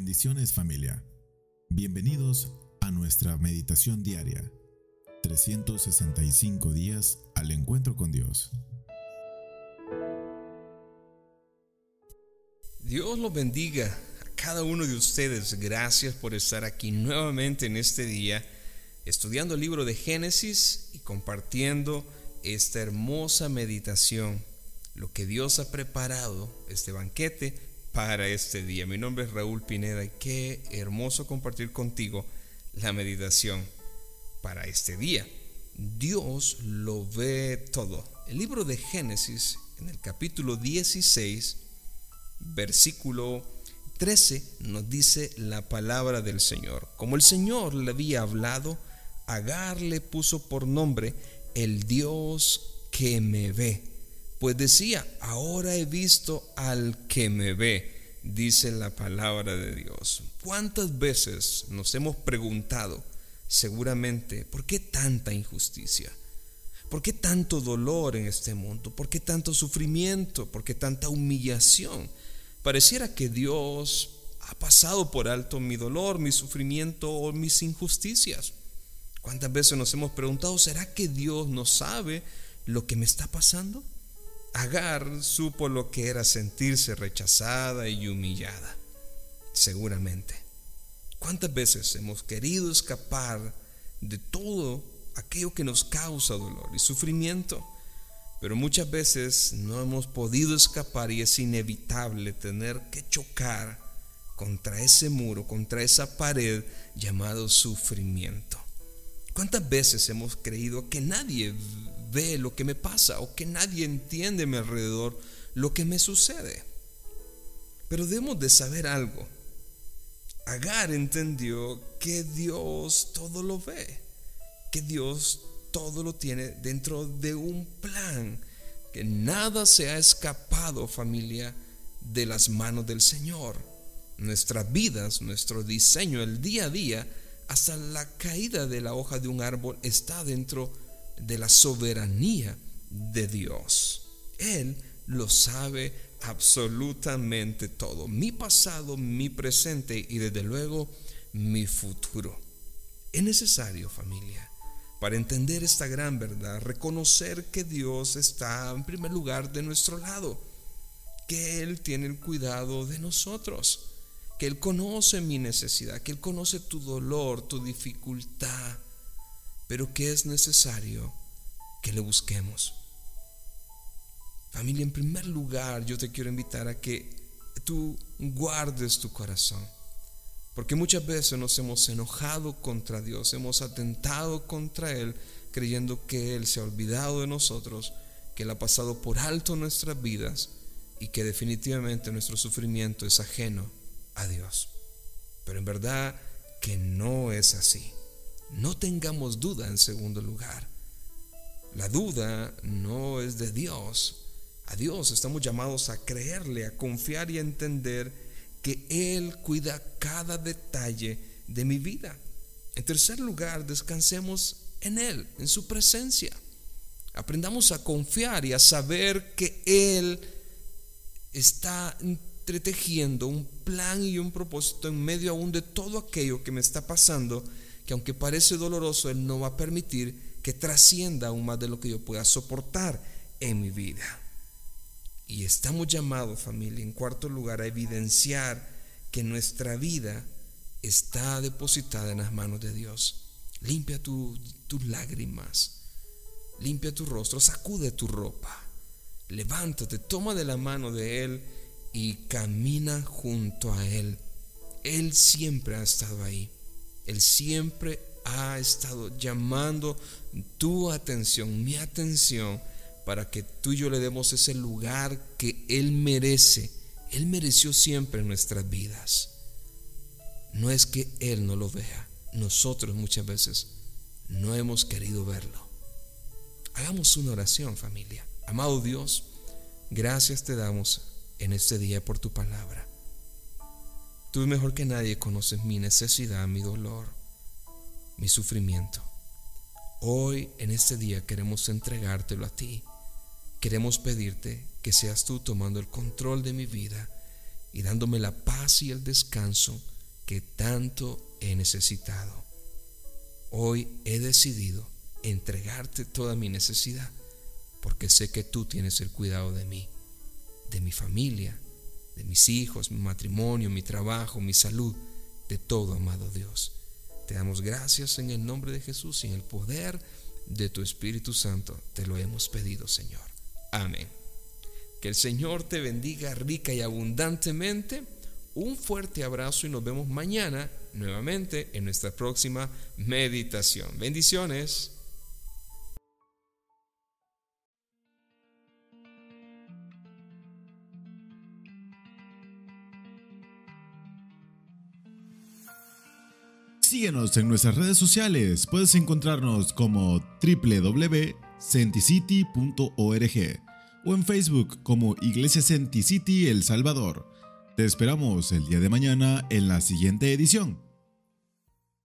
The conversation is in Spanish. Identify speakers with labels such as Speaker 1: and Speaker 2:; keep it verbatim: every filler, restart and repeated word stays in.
Speaker 1: Bendiciones, familia. Bienvenidos a nuestra meditación diaria. trescientos sesenta y cinco días al encuentro con Dios.
Speaker 2: Dios los bendiga a cada uno de ustedes. Gracias por estar aquí nuevamente en este día, estudiando el libro de Génesis y compartiendo esta hermosa meditación, lo que Dios ha preparado, este banquete para este día. Mi nombre es Raúl Pineda y qué hermoso compartir contigo la meditación para este día. Dios lo ve todo. El libro de Génesis, en el capítulo dieciséis, versículo trece, nos dice la palabra del Señor. Como el Señor le había hablado, Agar le puso por nombre el Dios que me ve. Pues decía, ahora he visto al que me ve, dice la palabra de Dios. ¿Cuántas veces nos hemos preguntado, seguramente, por qué tanta injusticia? ¿Por qué tanto dolor en este mundo? ¿Por qué tanto sufrimiento? ¿Por qué tanta humillación? Pareciera que Dios ha pasado por alto mi dolor, mi sufrimiento o mis injusticias. ¿Cuántas veces nos hemos preguntado, ¿será que Dios no sabe lo que me está pasando? Agar supo lo que era sentirse rechazada y humillada, seguramente. ¿Cuántas veces hemos querido escapar de todo aquello que nos causa dolor y sufrimiento? Pero muchas veces no hemos podido escapar y es inevitable tener que chocar contra ese muro, contra esa pared llamado sufrimiento. ¿Cuántas veces hemos creído que nadie ve lo que me pasa o que nadie entiende a mi alrededor lo que me sucede? Pero debemos de saber algo. Agar entendió que Dios todo lo ve, que Dios todo lo tiene dentro de un plan, que nada se ha escapado, familia, de las manos del Señor. Nuestras vidas, nuestro diseño, el día a día, hasta la caída de la hoja de un árbol está dentro de la soberanía de Dios. Él lo sabe absolutamente todo, mi pasado, mi presente y desde luego mi futuro. Es necesario, familia, para entender esta gran verdad, reconocer que Dios está en primer lugar de nuestro lado, que Él tiene el cuidado de nosotros, que Él conoce mi necesidad, que Él conoce tu dolor, tu dificultad, pero que es necesario que le busquemos. Familia, en primer lugar yo te quiero invitar a que tú guardes tu corazón, porque muchas veces nos hemos enojado contra Dios, hemos atentado contra Él, creyendo que Él se ha olvidado de nosotros, que Él ha pasado por alto nuestras vidas y que definitivamente nuestro sufrimiento es ajeno a Dios. Pero en verdad que no es así. No tengamos duda. En segundo lugar, la duda no es de Dios. A Dios estamos llamados a creerle, a confiar y a entender que Él cuida cada detalle de mi vida. En tercer lugar, descansemos en Él, en su presencia. Aprendamos a confiar y a saber que Él está entretejiendo un plan y un propósito en medio aún de todo aquello que me está pasando, que aunque parece doloroso, Él no va a permitir que trascienda aún más de lo que yo pueda soportar en mi vida. Y estamos llamados, familia, en cuarto lugar, a evidenciar que nuestra vida está depositada en las manos de Dios. Limpia tu, tus lágrimas, limpia tu rostro, sacude tu ropa, levántate, toma de la mano de Él y camina junto a Él. Él siempre ha estado ahí. Él siempre ha estado llamando tu atención, mi atención, para que tú y yo le demos ese lugar que Él merece. Él mereció siempre en nuestras vidas. No es que Él no lo vea, nosotros muchas veces no hemos querido verlo. Hagamos una oración, familia. Amado Dios, gracias te damos en este día por tu palabra. Tú mejor que nadie conoces mi necesidad, mi dolor, mi sufrimiento. Hoy en este día queremos entregártelo a ti. Queremos pedirte que seas tú tomando el control de mi vida y dándome la paz y el descanso que tanto he necesitado. Hoy he decidido entregarte toda mi necesidad, porque sé que tú tienes el cuidado de mí, de mi familia, de mis hijos, mi matrimonio, mi trabajo, mi salud, de todo, amado Dios. Te damos gracias en el nombre de Jesús y en el poder de tu Espíritu Santo. Te lo hemos pedido, Señor. Amén. Que el Señor te bendiga rica y abundantemente. Un fuerte abrazo y nos vemos mañana nuevamente en nuestra próxima meditación. Bendiciones.
Speaker 1: Síguenos en nuestras redes sociales. Puedes encontrarnos como doble u doble u doble u punto senticity punto org o en Facebook como Iglesia Senticity El Salvador. Te esperamos el día de mañana en la siguiente edición.